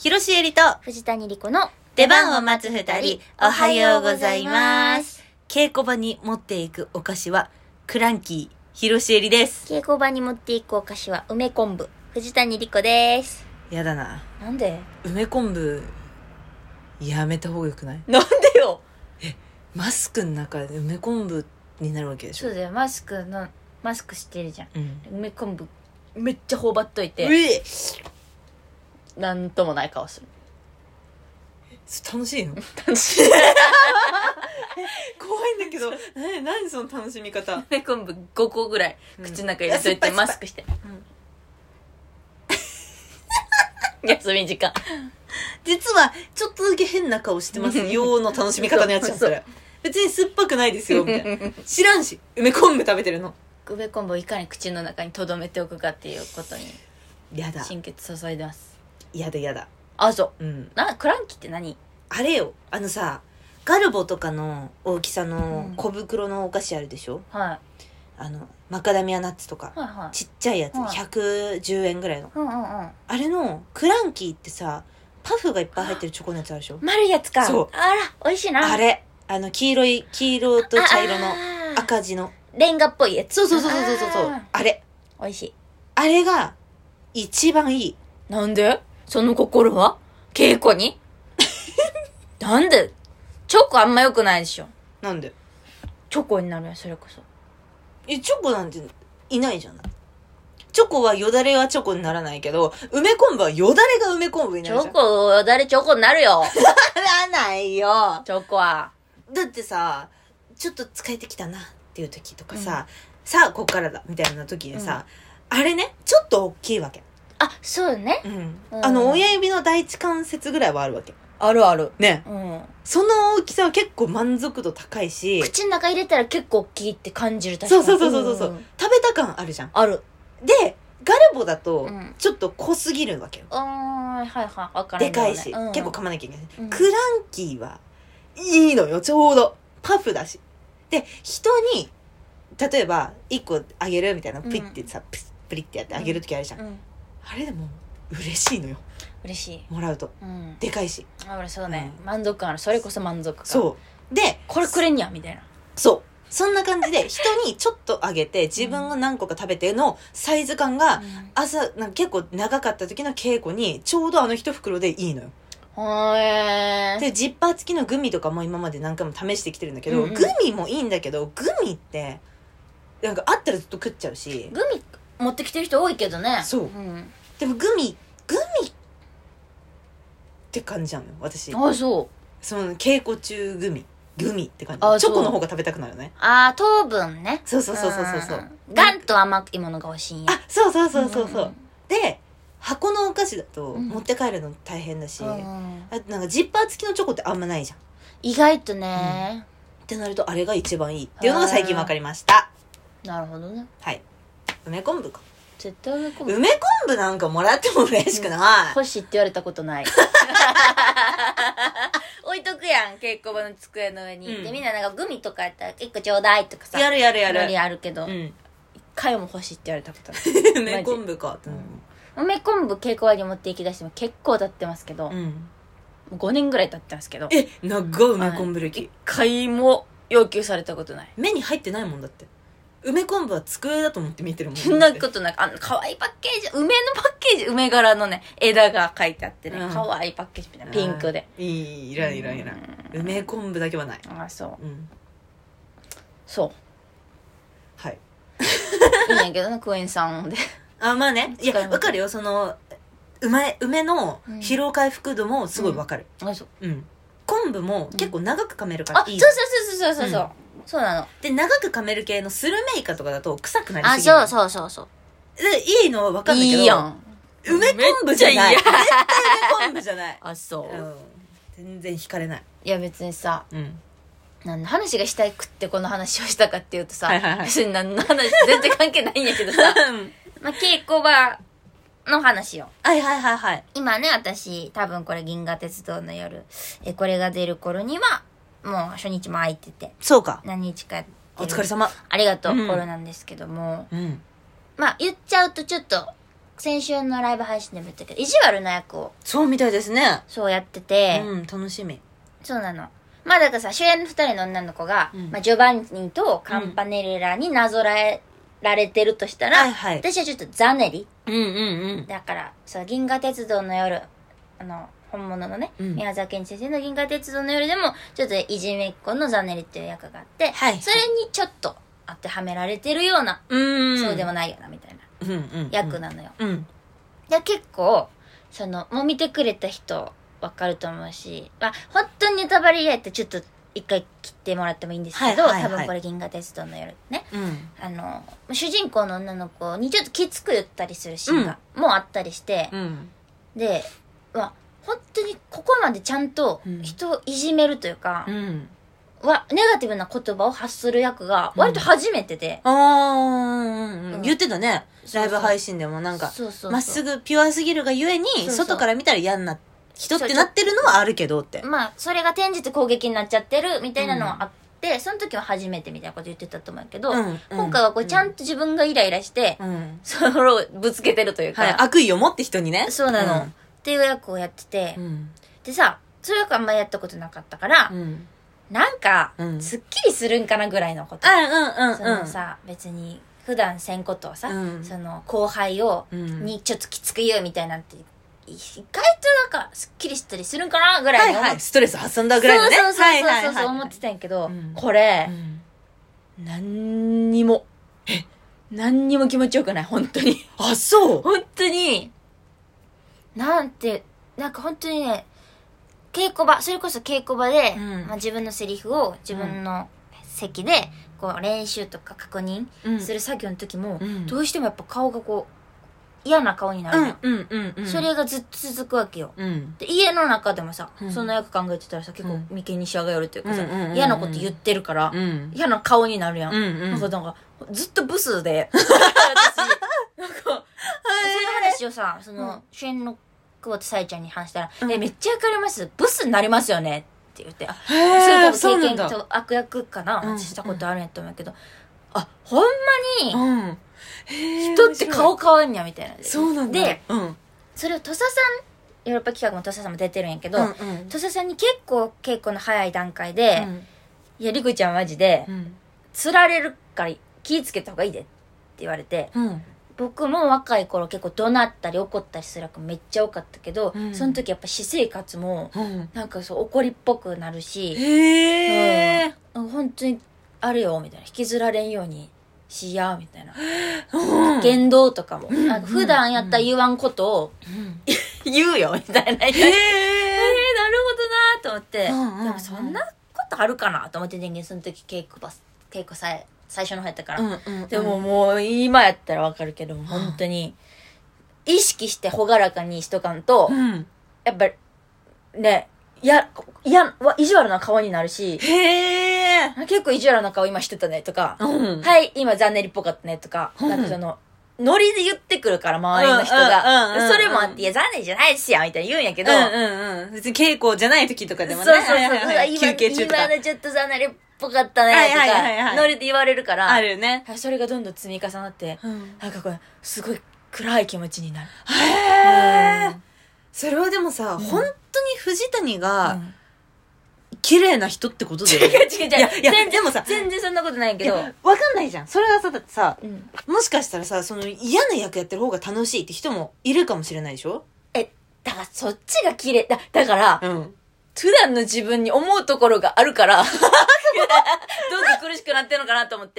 広瀬えりと藤谷莉子の出番を待つ二人、おはようございます。稽古場に持っていくお菓子はクランキー、広瀬えりです。 稽古場に持っていくお菓子は梅昆布、藤谷莉子です。 やだな。 なんで？ 梅昆布やめた方がよくない？ なんでよ。 マスクの中で梅昆布になるわけでしょ。 そうだよ、マスクしてるじゃん、梅昆布めっちゃ頬張っといて、なんともない顔する。 楽しいの？ 楽しい。 怖いんだけど、何その楽しみ方。 梅昆布5個ぐらい口の中入れといて、マスクして、休み時間実はちょっとだけ変な顔してますよの楽しみ方のやつじゃんそれ。別に酸っぱくないですよみたいな。知らんし、梅昆布食べてるの。 梅昆布をいかに口の中に留めておくかっていうことにやだ。 心血注いでます。 やだ。 あ、そう。 うん。 クランキーって何？ あれよ、さ、ガルボとかの大きさの小袋のお菓子あるでしょ、 はい。 マカダミアナッツとか、 はいはい。 ちっちゃいやつ、 はい 110円ぐらいの。 あれの、クランキーってさ、パフがいっぱい入ってるチョコのやつあるでしょ。 丸いやつか。 そう。 あら、美味しいな。 あれ、黄色と茶色の赤字の。 レンガっぽいやつ。 そう。あれ。 美味しい。 あれが、一番いい。 なんで？その心は稽古になんで？チョコあんま良くないでしょ。 なんで？ チョコになるよ、それこそ。 チョコなんていないじゃない。チョコはよだれはチョコにならないけど、梅昆布はよだれが梅昆布になるじゃん。 チョコ、よだれチョコになるよ。 ならないよ。 チョコは。 だってさ、ちょっと疲れてきたなっていう時とかさ、さあこっからだみたいな時にさ、あれね、ちょっと大きいわけ。 あ、そうね。 親指の第一関節ぐらいはあるわけ。 あるある。 ね。その大きさは結構満足度高いし、 口の中入れたら結構大きいって感じる。確そう。 かに。 食べた感あるじゃん。 ある。 で、ガルボだと、ちょっと濃すぎるわけよ。 はいはい。わからん。 でかいし、結構噛まなきゃいけない。クランキーはいいのよ、ちょうど。パフだし。で、人に、例えば、1個あげるみたいな、プリってさ、プリってやってあげるときあるじゃん。あれでも、嬉しいのよ。 嬉しい。 もらうと。でかいし。 そうね。満足感ある。それこそ満足感。 そう。で、 これくれんや、みたいな。 そう。そんな感じで、人にちょっとあげて、自分が何個か食べてのサイズ感が、結構長かった時の稽古に、ちょうど一袋でいいのよ。で、ジッパー付きのグミとかも今まで何回も試してきてるんだけど、グミもいいんだけど、グミって、なんかあったらずっと食っちゃうし。 グミ持ってきてる人多いけどね。 そう。でもグミって感じなのよ、私。 あ、そう。 その稽古中グミって感じ。チョコの方が食べたくなるね。 糖分ね。 そう。 ガンと甘いものが欲しいんや。 そう。で、箱のお菓子だと持って帰るの大変だし、あとなんかジッパー付きのチョコってあんまないじゃん。 意外とね。 ってなるとあれが一番いいっていうのが最近分かりました。 なるほどね。 はい。梅昆布か。 絶対梅昆布。 梅昆布なんかもらっても嬉しくない。 欲しいって言われたことない。置いとくやん、稽古場の机の上に。で、みんななんかグミとかやったら1個ちょうだいとかさ。 やる。 ノリあるけど。一回も欲しいって言われたことない。 梅昆布か。 梅昆布稽古場に持って行き出しても結構経ってますけど。もう5年ぐらい経ってますけど。 長い梅昆布歴。 一回も要求されたことない。 目に入ってないもんだって。梅昆布は机だと思って見てるもん。 そんなことなく、可愛いパッケージ、梅のパッケージ、梅柄のね、枝が書いてあってね、可愛いパッケージみたいな、ピンクで。 いらん。梅昆布だけはない。 あ、そう。そう。 はい。 いいんやけどな、クエン酸で。 まあね。いや、わかるよ。梅の疲労回復度もすごいわかる。 あ、そう。 昆布も結構長く噛めるからいい。 そう。そうなの。 で、長く噛める系のスルメイカとかだと臭くなりすぎる。 そう。 で、いいのはわかんないけど。 いいやん。 梅昆布じゃない。絶対梅昆布じゃない。 あ、そう。 全然惹かれない。 いや、別にさ、何の話がしたくってこの話をしたかっていうとさ、別に何の話全然関係ないんやけどさ、稽古場の話を。 はい。 今ね、私、多分これ銀河鉄道の夜、これが出る頃には、もう初日も空いてて。 そうか。 何日かやってる。 お疲れ様。 ありがとう、頃なんですけども。まあ、言っちゃうとちょっと、 先週のライブ配信でも言ったけど、意地悪な役を。 そうみたいですね。 そうやってて。 うん、楽しみ。 そうなの。まあだからさ、主演の二人の女の子が、まあジョバンニとカンパネレラになぞらえられてるとしたら、私はちょっとザネリ。だから、そう、銀河鉄道の夜、本物のね、宮沢賢治先生の銀河鉄道の夜でも、ちょっといじめっ子のザネリっていう役があって、それにちょっと当てはめられてるような、そうでもないよな、みたいな役なのよ。で、結構、もう見てくれた人、わかると思うし、まあ、本当にネタバレ嫌やったらちょっと一回切ってもらってもいいんですけど、多分これ銀河鉄道の夜ね、主人公の女の子にちょっときつく言ったりするシーンがもうあったりして、で、まあ、本当にここまでちゃんと人をいじめるというか、ネガティブな言葉を発する役が割と初めてで、 言ってたね、ライブ配信でもなんかまっすぐピュアすぎるがゆえに外から見たら嫌になって人ってなってるのはあるけどって。 まあ、それが転じて攻撃になっちゃってるみたいなのはあって、その時は初めてみたいなこと言ってたと思うけど、今回はこうちゃんと自分がイライラして、それをぶつけてるというか。 悪意を持って人にね。 そうなの。っていう役をやってて、でさ、そういう役あんまりやったことなかったから、なんか、すっきりするんかなぐらいのこと。そのさ、別に、普段せんことをさ、後輩にちょっときつく言うみたいなんて、意外となんかすっきりしたりするんかなぐらいの、 ストレス発散だぐらいのね。 そう思ってたんやけど、これ、何にも気持ちよくない、本当に。 あ、そう本当に、なんか本当にね、それこそ稽古場で、自分のセリフを自分の席で、こう練習とか確認する作業の時も、どうしてもやっぱ顔がこう、嫌な顔になるの。それがずっと続くわけよ。で、家の中でもさ、そんな役考えてたらさ、結構眉間にしわが寄るっていうかさ、嫌なこと言ってるから、嫌な顔になるやん。なんか、ずっとブスで、私、なんか、その話をさ、主演の久保田紗友ちゃんに話したら、めっちゃわかります。ブスになりますよねって言って、そういう経験と悪役かな、したことあるんやと思うけど、あ、ほんまに、人って顔変わんやみたいな。 そうなんだ。 で、それを土佐さん、ヨーロッパ企画も土佐さんも出てるんやけど、土佐さんに結構稽古の早い段階で、いや、りこちゃんマジで、釣られるから気ぃつけた方がいいでって言われて、僕も若い頃結構怒鳴ったり怒ったりする役めっちゃ多かったけど、その時やっぱ私生活も、なんかそう怒りっぽくなるし、本当にあれよみたいな、引きずられんようにしやみたいな、言動とかも、普段やったら言わんことを、言うよみたいな。なるほどなと思って、でもそんなことあるかなと思って人間その時稽古最初の方やったから、でももう今やったらわかるけど、本当に意識して朗らかにしとかんと、やっぱりね、意地悪な顔になるし、結構意地悪な顔今してたねとか、はい、今ザンネリっぽかったねとか、なんかノリで言ってくるから周りの人が、それもあって、いや、ザンネリじゃないっすやみたいに言うんやけど、 別に稽古じゃない時とかでもね、 休憩中とか、今のちょっとザンネリっぽかったねとか、ノリで言われるから、 あるよね。 それがどんどん積み重なって、なんかこれ、すごい暗い気持ちになる。 それはでもさ、本当に藤谷が、綺麗な人ってことで。 違う。いや、でもさ、 全然そんなことないけど。 わかんないじゃん。それはさ、だってさ、もしかしたらさ、嫌な役やってる方が楽しいって人もいるかもしれないでしょ？ だからそっちが綺麗。だから、普段の自分に思うところがあるから、どんどん苦しくなってるのかなと思って。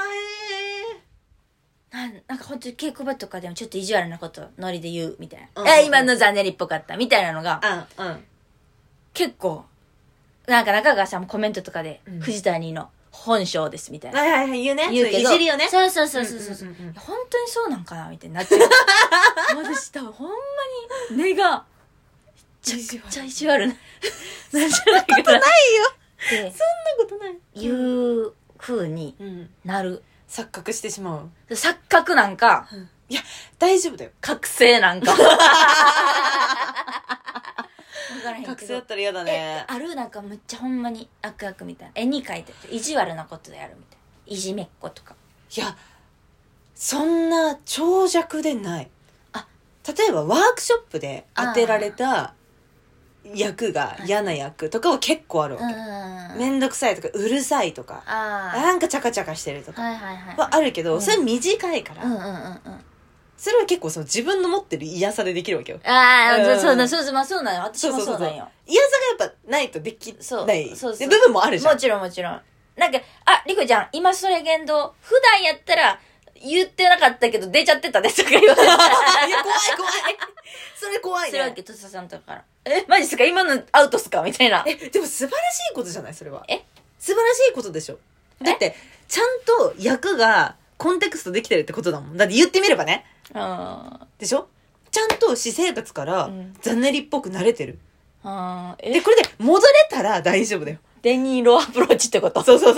なんか本当に稽古場とかでもちょっと意地悪なことノリで言うみたいな。今のザンネリっぽかったみたいなのが、結構、なんか中川さんもコメントとかで、藤谷の本性ですみたいな。 言うね。 言うけど。 いじりよね。 そう。本当にそうなんかなみたいになってる。私多分ほんまに根が、めちゃくちゃ意地悪な。 そんなことないよ。そんなことない。 言う風になる。 錯覚してしまう。 錯覚なんか、 いや、大丈夫だよ。 覚醒なんか。 覚醒だったら嫌だね。 なんかむっちゃほんまに悪役みたいな。絵に描いてて、意地悪なことでやるみたいな。いじめっ子とか。 いや、そんな長尺でない。 例えばワークショップで当てられた役が嫌な役とかは結構あるわけ。めんどくさいとか、うるさいとか、なんかチャカチャカしてるとかはあるけど、それ短いから、それは結構その自分の持ってる嫌さでできるわけよ。 そうだ、そうなの。私もそうなんよ。 嫌さがやっぱないとできない部分もあるじゃん。 もちろん。なんか、リコちゃん、今それ言動、普段やったら、言ってなかったけど出ちゃってたですとか言われたら。いや、 怖い。それ怖いね。 それわけ、とささんとかから。マジっすか今のアウトっすかみたいな。 でも素晴らしいことじゃないそれは。素晴らしいことでしょ。だって、ちゃんと役がコンテクストできてるってことだもん。だって言ってみればね。でしょちゃんと私生活からザネリっぽくなれてる。で、これで戻れたら大丈夫だよ。 デニーロアプローチってこと？ そう。こ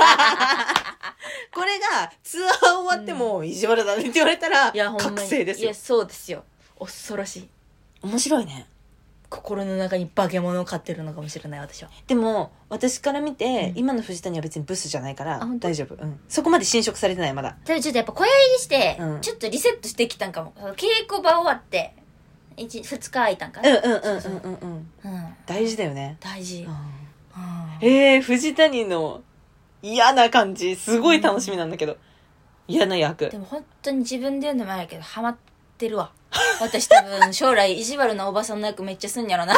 れがツアー終わっても意地悪だねって言われたら覚醒ですよ。 いや、そうですよ。恐ろしい。 面白いね。 心の中に化け物を飼ってるのかもしれない私は。 でも私から見て、今の藤谷は別にブスじゃないから大丈夫。そこまで侵食されてないまだ。 でもちょっとやっぱ小屋入りして、ちょっとリセットしてきたんかも。稽古場終わって2日空いたんかな。 大事だよね。 大事。 藤谷の嫌な感じすごい楽しみなんだけど、嫌な役。 でも本当に自分で言うのもあるけどハマってるわ。私多分将来意地悪なおばさんの役めっちゃすんやろな。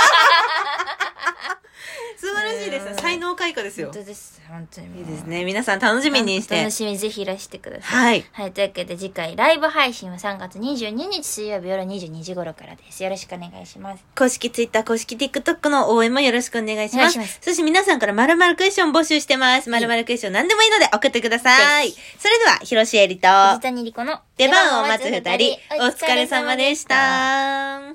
素晴らしいですね。才能開花ですよ。 本当です。本当にいいですね。皆さん楽しみにして。 楽しみにぜひいらしてください。はい。というわけで次回ライブ配信は3月22日水曜日夜22時頃からです。よろしくお願いします。 公式 Twitter、公式 TikTok の応援もよろしくお願いします。そして皆さんから〇〇クエスチョン募集してます。〇〇クエスチョン何でもいいので送ってください。それでは、広瀬えりと藤谷莉子の出番を待つ二人、お疲れ様でした。